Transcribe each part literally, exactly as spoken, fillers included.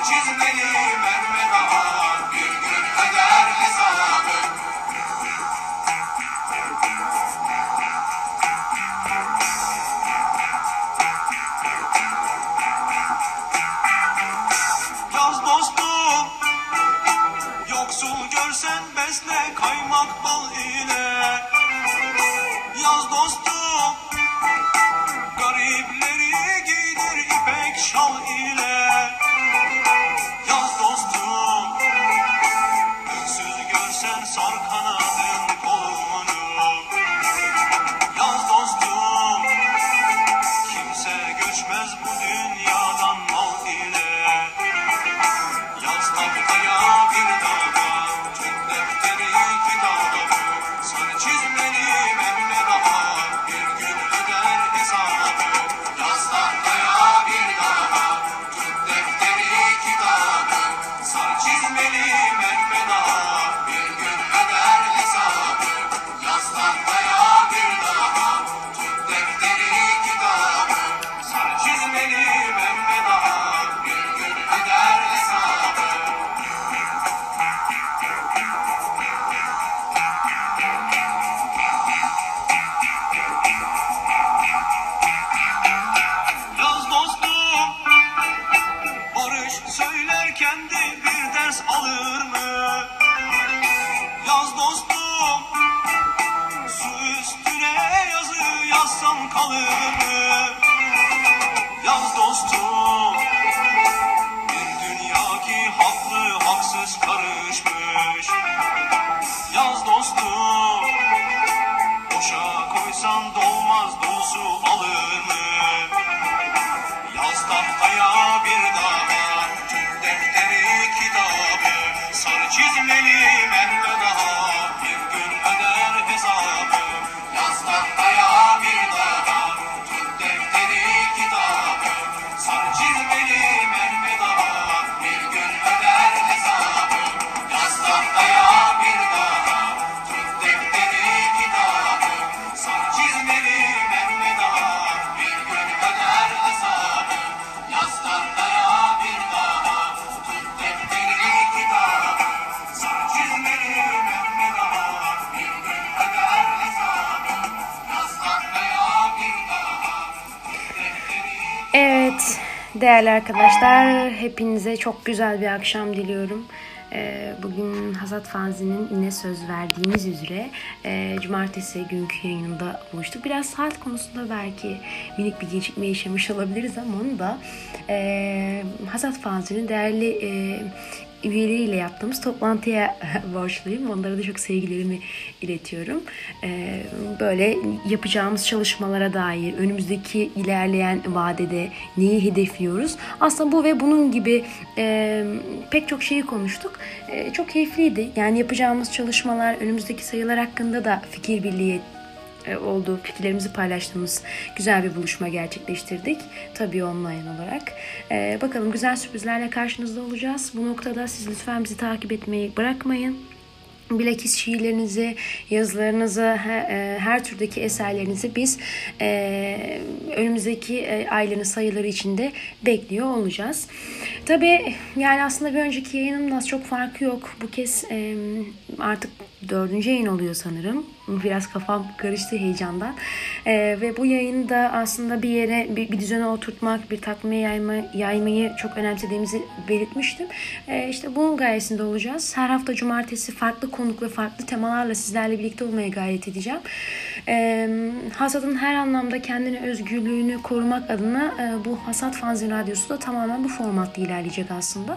çizmeli Mehmet Ağa, bir gün öder hesabı. Yaz dostum, yoksul görsen besle kaymak bal ile. Yaz dostum, garipleri giydir ipek şal ile. Yaz dostum, öksüz görsen sar kanadın kolunu. Yaz dostum, kimse göçmez bu dünyadan mal ile. Yaz tahtaya bir dağa, tüm defteri kitabı, sarı çizmeli Mehmet Ağa, bir gün öder hesabı. Yaz tahtaya bir dağa, tüm defteri kitabı, sarı çizmeli Mehmet Ağa, bir gün öder hesabı. Yaz tahtaya bir dağa, tüm defteri kitabı, sarı çizmeli Mehmet Ağa, bir gün öder hesabı. Yaz dostum, barış söylerken de bir ders alır mı? Yaz dostum, su üstüne yazı yazsam kalır mı? Yaz dostum, bir dünya ki haklı haksız karışmış. Yaz dostum, boşa koysan dolmaz dolusu alır mı? Yaz tahtaya bir dağa, tüm defteri kitabı, sarı çizmeli Mehmet Ağa, bir gün öder hesabı. Yaz tahtaya bir dağa, tüm defteri kitabı, sarı çizmeli Mehmet Ağa, bir gün öder hesabı. Yaz tahtaya bir dağa, tüm defteri kitabı, sarı çizmeli Mehmet Ağa, bir gün öder hesabı. Yaz tahtaya bir dağa, tüm defteri kitabı, sarı çizmeli Mehmet Ağa, bir gün öder hesabı. Yaz tahtaya bir dağa, tüm defteri. Evet, değerli arkadaşlar, hepinize çok güzel bir akşam diliyorum. Ee, Bugün Hasat Fanzi'nin yine söz verdiğimiz üzere e, cumartesi günkü yayınında buluştuk. Biraz saat konusunda belki minik bir gecikme yaşamış olabiliriz ama onu da e, Hasat Fanzi'nin değerli e, üyeleriyle yaptığımız toplantıya borçluyum. Onlara da çok sevgilerimi iletiyorum. Ee, böyle yapacağımız çalışmalara dair, önümüzdeki ilerleyen vadede neyi hedefliyoruz? Aslında bu ve bunun gibi e, pek çok şeyi konuştuk. E, çok keyifliydi. Yani yapacağımız çalışmalar, önümüzdeki sayılar hakkında da fikir birliği olduğu, fikirlerimizi paylaştığımız güzel bir buluşma gerçekleştirdik. Tabii online olarak. Ee, bakalım güzel sürprizlerle karşınızda olacağız. Bu noktada siz lütfen bizi takip etmeyi bırakmayın. Bilakis şiirlerinizi, yazılarınızı, her, her türdeki eserlerinizi biz e, önümüzdeki e, ayların sayıları içinde bekliyor olacağız. Tabii yani aslında bir önceki yayınımda çok farkı yok. Bu kez e, artık dördüncü yayın oluyor sanırım. Biraz kafam karıştı heyecandan. E, ve bu yayını da aslında bir yere, bir, bir düzene oturtmak, bir takmaya yayma, yaymayı çok önemsediğimizi belirtmiştim. E, işte bunun gayesinde olacağız. Her hafta cumartesi farklı konuk ve farklı temalarla sizlerle birlikte olmaya gayret edeceğim. E, Hasat'ın her anlamda kendine özgürlüğünü korumak adına e, bu Hasat Fanzin Radyosu da tamamen bu formatta ilerleyecek aslında.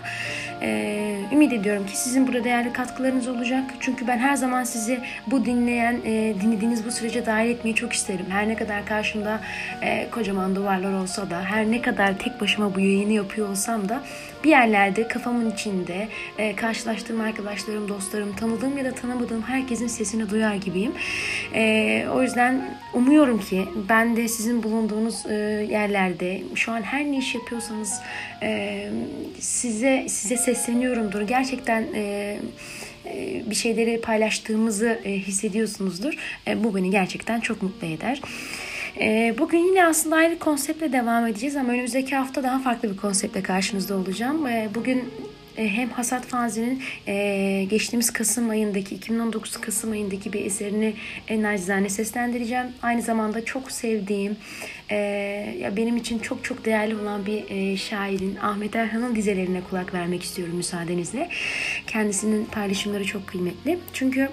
E, ümit ediyorum ki sizin burada değerli katkılarınız olacak. Çünkü ben her zaman sizi bu dinleyen, e, dinlediğiniz bu sürece dahil etmeyi çok isterim. Her ne kadar karşımda e, kocaman duvarlar olsa da, her ne kadar tek başıma bu yayını yapıyor olsam da bir yerlerde kafamın içinde e, karşılaştığım arkadaşlarım, dostlarım, tanıdığım ya da tanımadığım herkesin sesini duyar gibiyim. E, o yüzden umuyorum ki ben de sizin bulunduğunuz e, yerlerde şu an her ne iş yapıyorsanız e, size size sesleniyorumdur. Gerçekten e, bir şeyleri paylaştığımızı hissediyorsunuzdur. Bu beni gerçekten çok mutlu eder. Ee, bugün yine aslında aynı konseptle devam edeceğiz ama önümüzdeki hafta daha farklı bir konseptle karşınızda olacağım. Ee, bugün hem Hasat Fanzi'nin e, geçtiğimiz Kasım ayındaki, iki bin on dokuz Kasım ayındaki bir eserini en nacizane seslendireceğim. Aynı zamanda çok sevdiğim, e, ya benim için çok çok değerli olan bir e, şairin Ahmet Erhan'ın dizelerine kulak vermek istiyorum müsaadenizle. Kendisinin paylaşımları çok kıymetli. Çünkü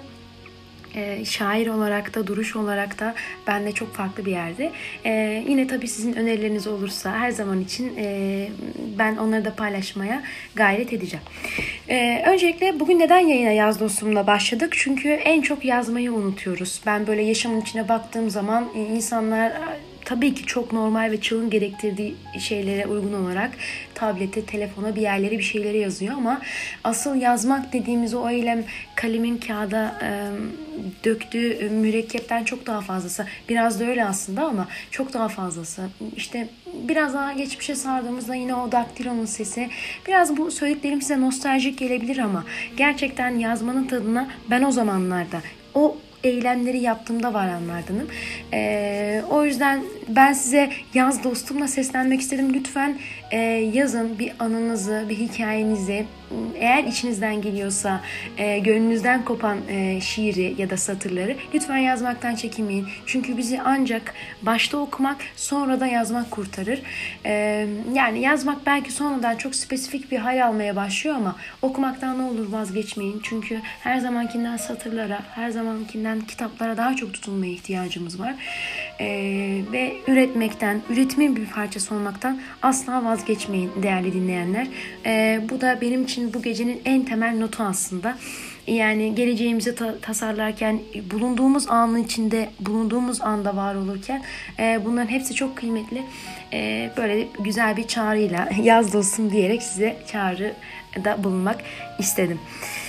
Ee, şair olarak da, duruş olarak da bende çok farklı bir yerde. Ee, yine tabii sizin önerileriniz olursa her zaman için e, ben onları da paylaşmaya gayret edeceğim. Ee, öncelikle bugün neden yayına Yaz Dostum'la başladık? Çünkü en çok yazmayı unutuyoruz. Ben böyle yaşamın içine baktığım zaman insanlar tabii ki çok normal ve çağın gerektirdiği şeylere uygun olarak tablete, telefona bir yerlere bir şeyleri yazıyor ama asıl yazmak dediğimiz o eylem kalemin kağıda e, döktüğü mürekkepten çok daha fazlası. Biraz da öyle aslında ama çok daha fazlası. İşte biraz daha geçmişe sardığımızda yine o daktilonun sesi. Biraz bu söylediklerim size nostaljik gelebilir ama gerçekten yazmanın tadına ben o zamanlarda o eylemleri yaptığımda varanlardanım. Ee, o yüzden ben size Yaz Dostum'la seslenmek istedim. Lütfen e, yazın bir anınızı, bir hikayenizi. Eğer içinizden geliyorsa e, gönlünüzden kopan e, şiiri ya da satırları lütfen yazmaktan çekinmeyin. Çünkü bizi ancak başta okumak, sonra da yazmak kurtarır. E, yani yazmak belki sonradan çok spesifik bir hal almaya başlıyor ama okumaktan ne olur vazgeçmeyin. Çünkü her zamankinden satırlara, her zamankinden kitaplara daha çok tutunmaya ihtiyacımız var. E, ve üretmekten, üretimin bir parçası olmaktan asla vazgeçmeyin değerli dinleyenler. E, bu da benim için bu gecenin en temel notu aslında. Yani geleceğimizi ta- tasarlarken, bulunduğumuz anın içinde, bulunduğumuz anda var olurken e, bunların hepsi çok kıymetli. E, böyle güzel bir çağrıyla yaz dostum diyerek size çağrıda bulunmak istedim.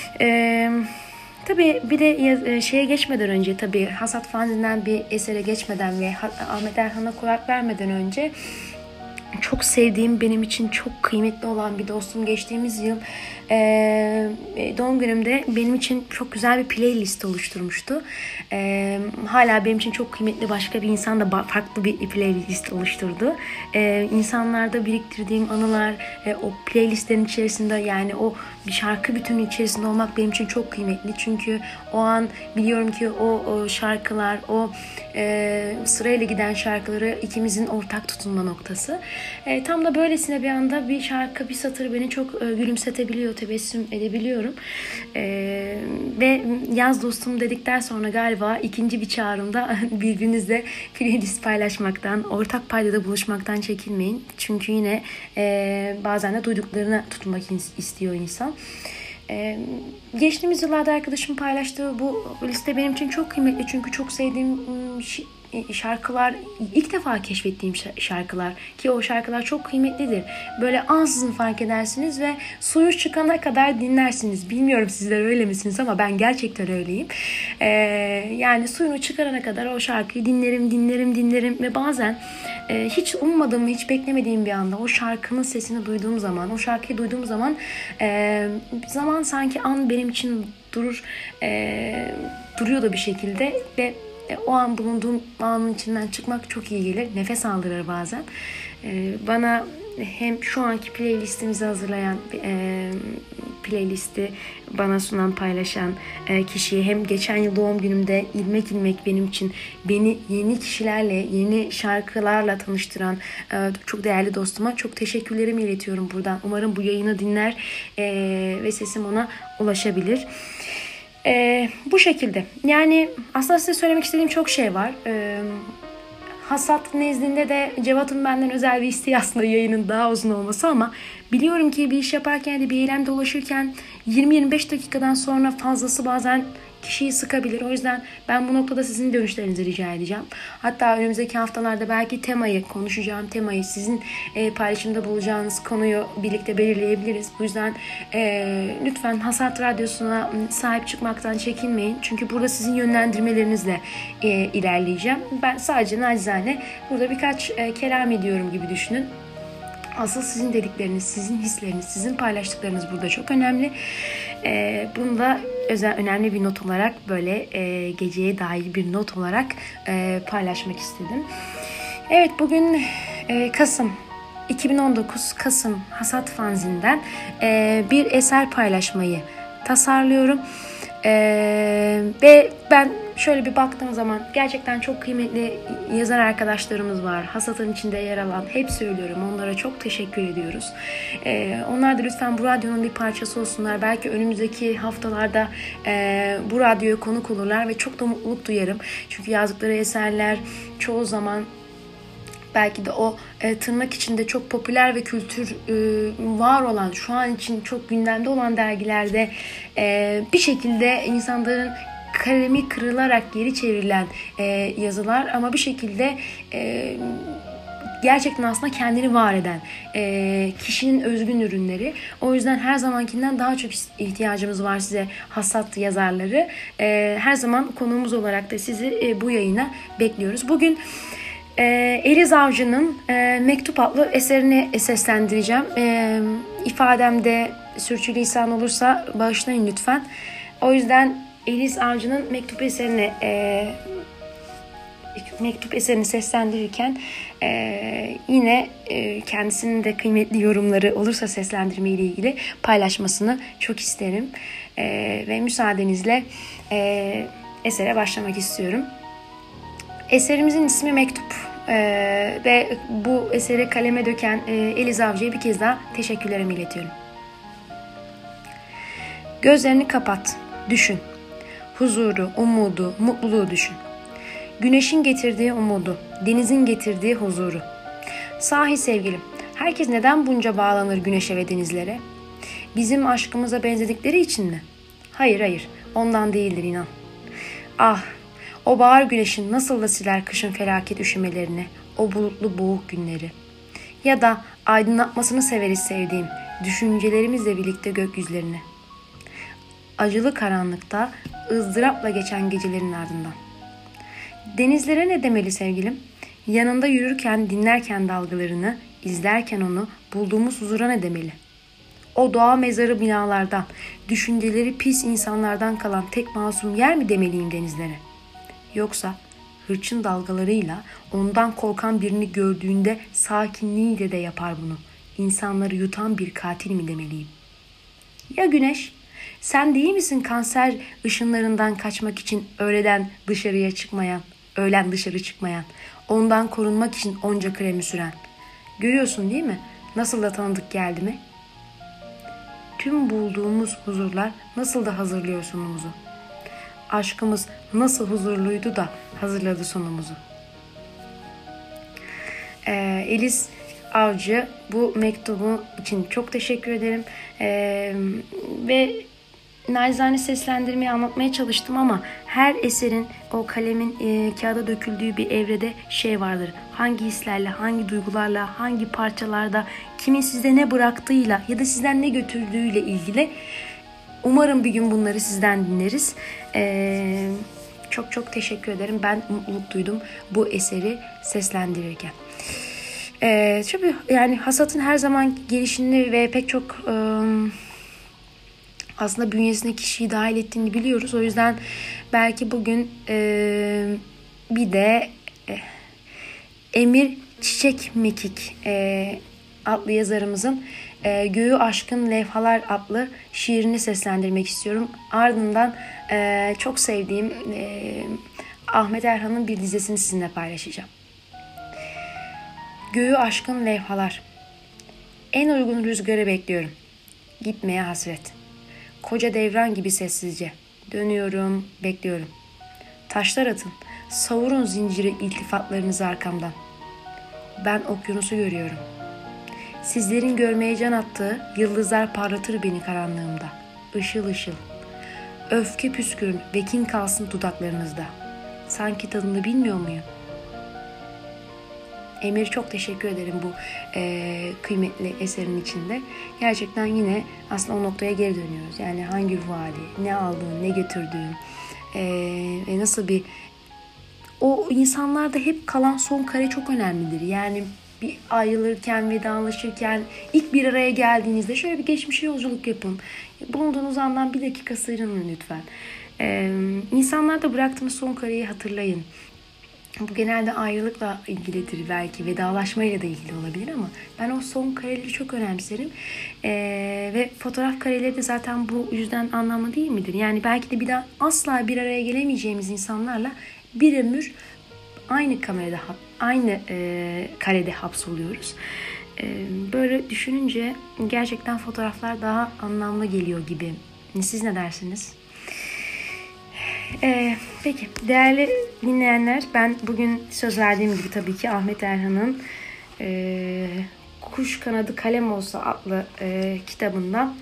E, tabii bir de şeye geçmeden önce, tabii Hasat Fanzi'nden bir esere geçmeden ve Ahmet Erhan'a kulak vermeden önce çok sevdiğim, benim için çok kıymetli olan bir dostum geçtiğimiz yıl e, doğum günümde benim için çok güzel bir playlist oluşturmuştu. E, hala benim için çok kıymetli başka bir insan da farklı bir playlist oluşturdu. E, insanlarda biriktirdiğim anılar, e, o playlistlerin içerisinde, yani o bir şarkı bütünü içerisinde olmak benim için çok kıymetli. Çünkü o an biliyorum ki o, o şarkılar, o e, sırayla giden şarkıları ikimizin ortak tutunma noktası. E, tam da böylesine bir anda bir şarkı, bir satır beni çok e, gülümsetebiliyor, tebessüm edebiliyorum. E, ve Yaz Dostum dedikten sonra galiba ikinci bir çağrımda birbirinizle playlist paylaşmaktan, ortak paydada buluşmaktan çekinmeyin. Çünkü yine e, bazen de duyduklarına tutunmak istiyor insan. Ee, geçtiğimiz yıllarda arkadaşım paylaştığı bu liste benim için çok kıymetli. Çünkü çok sevdiğim şarkılar, ilk defa keşfettiğim şarkılar ki o şarkılar çok kıymetlidir. Böyle ansızın fark edersiniz ve suyu çıkana kadar dinlersiniz. Bilmiyorum sizler öyle misiniz ama ben gerçekten öyleyim. Ee, yani suyunu çıkarana kadar o şarkıyı dinlerim, dinlerim, dinlerim ve bazen e, hiç ummadığım, hiç beklemediğim bir anda o şarkının sesini duyduğum zaman, o şarkıyı duyduğum zaman e, zaman sanki an benim için durur, e, duruyor da bir şekilde ve o an bulunduğum anın içinden çıkmak çok iyi gelir. Nefes aldırır bazen. Ee, bana hem şu anki playlistimizi hazırlayan, e, playlisti bana sunan, paylaşan e, kişiye, hem geçen yıl doğum günümde ilmek ilmek benim için beni yeni kişilerle, yeni şarkılarla tanıştıran e, çok değerli dostuma çok teşekkürlerimi iletiyorum buradan. Umarım bu yayını dinler e, ve sesim ona ulaşabilir. Ee, bu şekilde. Yani aslında size söylemek istediğim çok şey var. Ee, Hasat nezdinde de Cevat'ın benden özel bir isteği aslında yayının daha uzun olması ama biliyorum ki bir iş yaparken de bir eylemde ulaşırken yirmi yirmi beş dakikadan sonra fazlası bazen kişiyi sıkabilir. O yüzden ben bu noktada sizin dönüşlerinizi rica edeceğim. Hatta önümüzdeki haftalarda belki temayı, konuşacağım temayı, sizin e, paylaşımda bulacağınız konuyu birlikte belirleyebiliriz. Bu yüzden e, lütfen Hasat Radyosu'na sahip çıkmaktan çekinmeyin. Çünkü burada sizin yönlendirmelerinizle e, ilerleyeceğim. Ben sadece nacizane burada birkaç e, kelam ediyorum gibi düşünün. Asıl sizin dedikleriniz, sizin hisleriniz, sizin paylaştıklarınız burada çok önemli. Ee, bunu da özel, önemli bir not olarak, böyle e, geceye dair bir not olarak e, paylaşmak istedim. Evet, bugün e, Kasım iki bin on dokuz Kasım Hasat Fanzi'nden e, bir eser paylaşmayı tasarlıyorum. Ee, ve ben şöyle bir baktığım zaman gerçekten çok kıymetli yazar arkadaşlarımız var. Hasat'ın içinde yer alan, hep söylüyorum, onlara çok teşekkür ediyoruz. Ee, onlar da lütfen bu radyonun bir parçası olsunlar. Belki önümüzdeki haftalarda e, bu radyoya konuk olurlar ve çok da mutluluk duyarım. Çünkü yazdıkları eserler çoğu zaman belki de o e, tırnak içinde çok popüler ve kültür e, var olan, şu an için çok gündemde olan dergilerde e, bir şekilde insanların kalemi kırılarak geri çevrilen e, yazılar, ama bir şekilde e, gerçekten aslında kendini var eden e, kişinin özgün ürünleri. O yüzden her zamankinden daha çok ihtiyacımız var size, Hasat yazarları. E, her zaman konuğumuz olarak da sizi e, bu yayına bekliyoruz. Bugün E, Eliz Avcı'nın e, Mektup adlı eserini seslendireceğim. E, ifademde sürçülisan olursa bağışlayın lütfen. O yüzden Eliz Avcı'nın Mektup eserini e, Mektup eserini seslendirirken e, yine e, kendisinin de kıymetli yorumları olursa seslendirme ile ilgili paylaşmasını çok isterim. E, ve müsaadenizle e, esere başlamak istiyorum. Eserimizin ismi Mektup ee, ve bu eseri kaleme döken e, Eliz Avcı'ya bir kez daha teşekkürlerimi iletiyorum. Gözlerini kapat, düşün. Huzuru, umudu, mutluluğu düşün. Güneşin getirdiği umudu, denizin getirdiği huzuru. Sahi sevgilim, herkes neden bunca bağlanır güneşe ve denizlere? Bizim aşkımıza benzedikleri için mi? Hayır hayır, ondan değildir inan. Ah! O bahar güneşin nasıl da siler kışın felaket üşümelerini, o bulutlu boğuk günleri. Ya da aydınlatmasını severiz sevdiğim, düşüncelerimizle birlikte gökyüzlerini. Acılı karanlıkta ızdırapla geçen gecelerin ardından. Denizlere ne demeli sevgilim? Yanında yürürken, dinlerken dalgalarını, izlerken onu bulduğumuz huzura ne demeli? O doğa mezarı binalardan, düşünceleri pis insanlardan kalan tek masum yer mi demeliyim denizlere? Yoksa hırçın dalgalarıyla ondan korkan birini gördüğünde sakinliğiyle de yapar bunu. İnsanları yutan bir katil mi demeliyim? Ya güneş? Sen değil misin kanser ışınlarından kaçmak için öğleden dışarıya çıkmayan, öğlen dışarı çıkmayan, ondan korunmak için onca kremi süren? Görüyorsun değil mi? Nasıl da tanıdık geldi mi? Tüm bulduğumuz huzurlar nasıl da hazırlıyor sonumuzu. Aşkımız nasıl huzurluydu da hazırladı sonumuzu. Ee, Eliz Avcı, bu mektubu için çok teşekkür ederim. Ee, ve nacizane seslendirmeyi anlatmaya çalıştım ama her eserin, o kalemin e, kağıda döküldüğü bir evrede şey vardır. Hangi hislerle, hangi duygularla, hangi parçalarda, kimin size ne bıraktığıyla ya da sizden ne götürdüğüyle ilgili. Umarım bir gün bunları sizden dinleriz. Ee, çok çok teşekkür ederim. Ben mutluluk duydum bu eseri seslendirirken. Ee, tabii yani Hasat'ın her zaman gelişini ve pek çok e, aslında bünyesine kişiyi dahil ettiğini biliyoruz. O yüzden belki bugün e, bir de e, Emir Çiçek Mekik e, adlı yazarımızın e, Göğü Aşkın Levhalar adlı şiirini seslendirmek istiyorum. Ardından e, çok sevdiğim e, Ahmet Erhan'ın bir dizesini sizinle paylaşacağım. Göğü aşkın levhalar. En uygun rüzgarı bekliyorum. Gitmeye hasret. Koca devran gibi sessizce. Dönüyorum, bekliyorum. Taşlar atın. Savurun zinciri iltifatlarınızı arkamdan. Ben okyanusu görüyorum. Sizlerin görmeye can attığı yıldızlar parlatır beni karanlığımda. Işıl ışıl. Öfke püskürün ve kin kalsın dudaklarınızda. Sanki tadını bilmiyor muyum? Emir, çok teşekkür ederim bu e, kıymetli eserin içinde. Gerçekten yine aslında o noktaya geri dönüyoruz. Yani hangi ruh hali, ne aldığın, ne götürdüğün e, ve nasıl bir... O insanlarda hep kalan son kare çok önemlidir. Yani bir ayrılırken, vedalaşırken, ilk bir araya geldiğinizde şöyle bir geçmişe yolculuk yapın. Bulunduğunuz andan bir dakika sıyrılın lütfen. Ee, insanlarda bıraktığınız son kareyi hatırlayın. Bu genelde ayrılıkla ilgilidir, belki vedalaşmayla da ilgili olabilir ama ben o son kareleri çok önemserim. Ee, ve fotoğraf kareleri de zaten bu yüzden anlamlı değil midir? Yani belki de bir daha asla bir araya gelemeyeceğimiz insanlarla bir ömür aynı kamerada, aynı e, karede hapsoluyoruz. E, böyle düşününce gerçekten fotoğraflar daha anlamlı geliyor gibi. Siz ne dersiniz? Ee, peki değerli dinleyenler, ben bugün söz verdiğim gibi tabii ki Ahmet Erhan'ın e, Kuş Kanadı Kalem Olsa adlı e, kitabından,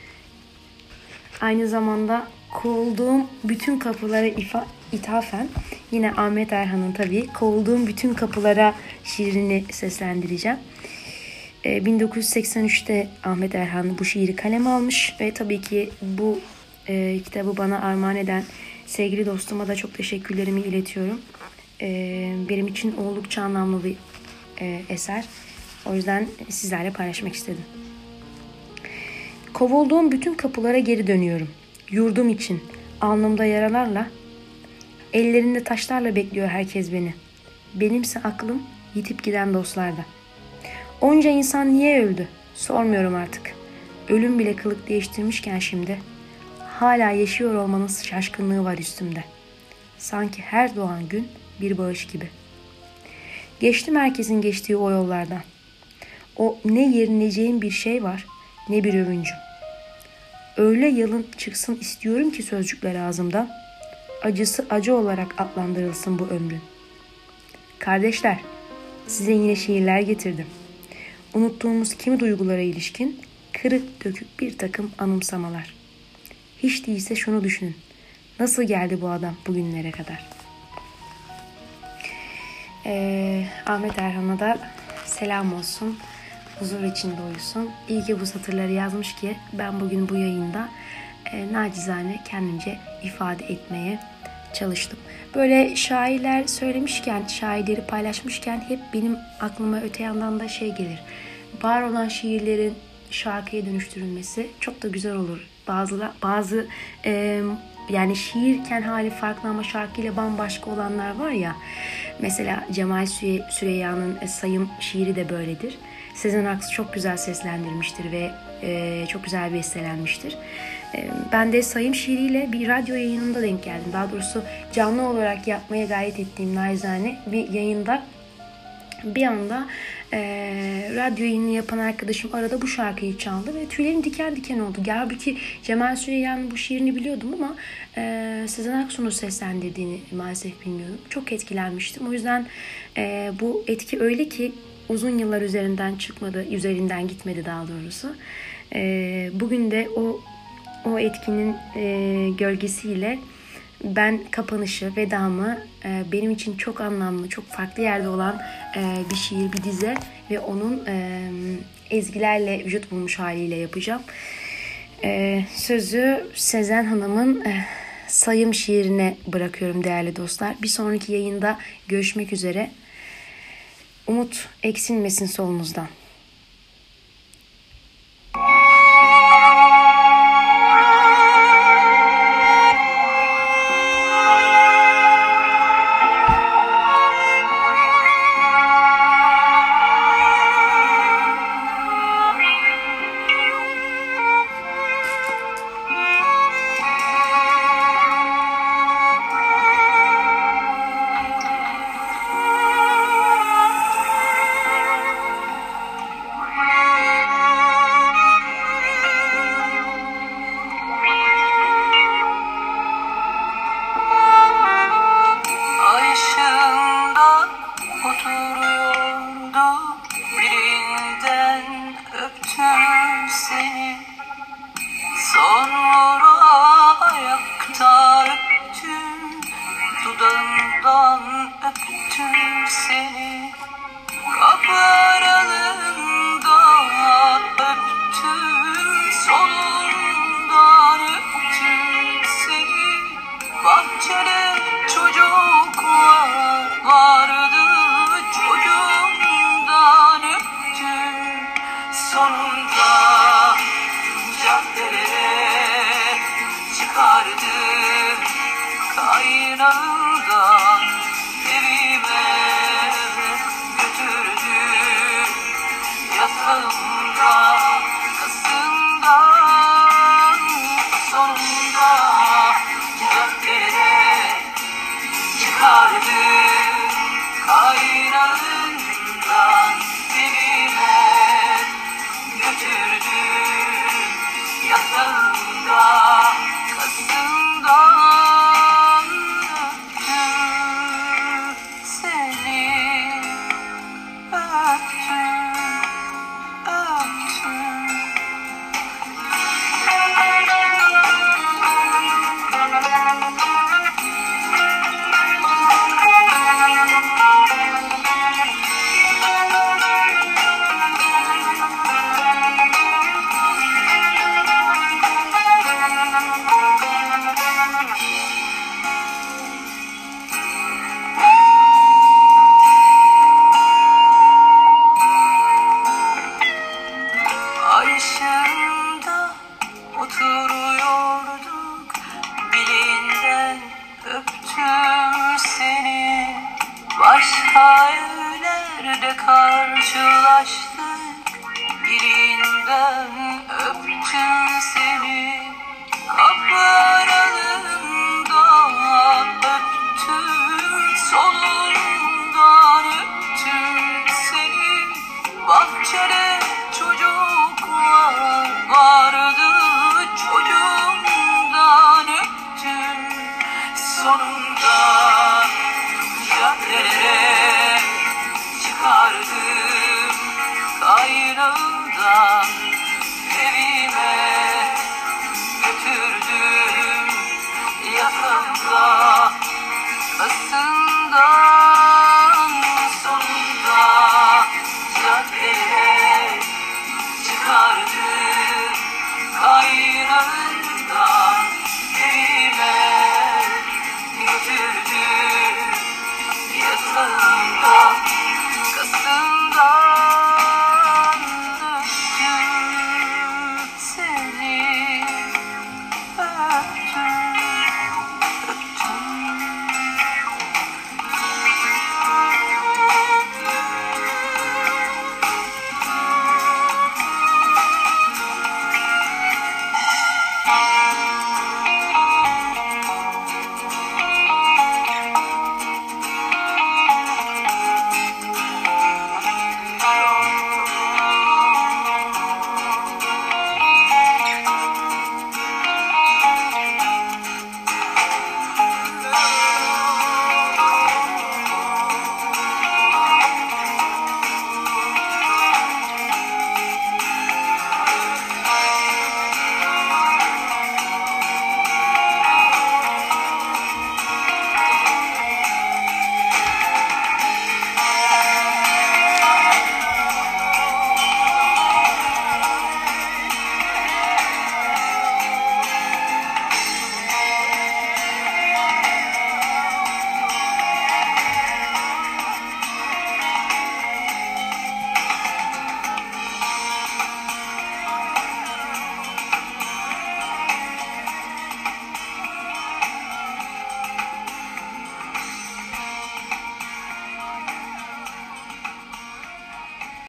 aynı zamanda kovulduğum bütün kapılara ifa, ithafen yine Ahmet Erhan'ın tabii kovulduğum bütün kapılara şiirini seslendireceğim. E, bin dokuz yüz seksen üçte Ahmet Erhan bu şiiri kaleme almış ve tabii ki bu e, kitabı bana armağan eden sevgili dostuma da çok teşekkürlerimi iletiyorum. Ee, benim için oldukça anlamlı bir e, eser. O yüzden sizlerle paylaşmak istedim. Kovulduğum bütün kapılara geri dönüyorum. Yurdum için alnımda yaralarla, ellerinde taşlarla bekliyor herkes beni. Benimse aklım yitip giden dostlarda. Onca insan niye öldü? Sormuyorum artık. Ölüm bile kılık değiştirmişken şimdi hala yaşıyor olmanın şaşkınlığı var üstümde. Sanki her doğan gün bir bağış gibi. Geçtim herkesin geçtiği o yollardan. O ne yerinleyeceğim bir şey var, ne bir övüncüm. Öyle yalın çıksın istiyorum ki sözcükler ağzımdan. Acısı acı olarak adlandırılsın bu ömrün. Kardeşler, size yine şiirler getirdim. Unuttuğumuz kimi duygulara ilişkin kırık dökük bir takım anımsamalar. Hiç değilse şunu düşünün. Nasıl geldi bu adam bugünlere kadar? Ee, Ahmet Erhan'a da selam olsun. Huzur içinde uyusun. İyi ki bu satırları yazmış ki ben bugün bu yayında e, nacizane kendimce ifade etmeye çalıştım. Böyle şairler söylemişken, şairleri paylaşmışken hep benim aklıma öte yandan da şey gelir. Var olan şiirlerin şarkıya dönüştürülmesi çok da güzel olur. Bazı bazı e, yani şiirken hali farklı ama şarkıyla bambaşka olanlar var ya. Mesela Cemal Süre, Süreyya'nın e, Sayım şiiri de böyledir. Sezen Aksu çok güzel seslendirmiştir ve e, çok güzel bestelenmiştir. E, ben de Sayım şiiriyle bir radyo yayınında denk geldim. Daha doğrusu canlı olarak yapmaya gayret ettiğim naizane bir yayında bir anda e, radyo yayını yapan arkadaşım arada bu şarkıyı çaldı ve tüylerim diken diken oldu. Halbuki Cemal Süreyya'nın bu şiirini biliyordum ama e, Sezen Aksu'nun seslendirdiğini maalesef bilmiyordum. Çok etkilenmiştim. O yüzden e, bu etki öyle ki uzun yıllar üzerinden çıkmadı, üzerinden gitmedi daha doğrusu. E, bugün de o o etkinin e, gölgesiyle ben kapanışı, vedamı e, benim için çok anlamlı, çok farklı yerde olan e, bir şiir, bir dize ve onun e, ezgilerle vücut bulmuş haliyle yapacağım. E, sözü Sezen Hanım'ın e, Sayım şiirine bırakıyorum değerli dostlar. Bir sonraki yayında görüşmek üzere. Umut eksilmesin solunuzdan. Sonunda yatağında kasından öptüm seni, öptüm, öptüm. Ay ışığında oturuyorduk, bilinden öptüm seni. Başka evlerde karşılaştık, birinden öptüm seni. Kapı aralığında öptüm, solundan öptüm seni. Bahçede çocuklar vardı, çocuğumdan öptüm. Sonunda caddelere çıkardım, kaynağından evime götürdüm. Yakında kasından sonunda caddelere çıkardım, kaynağından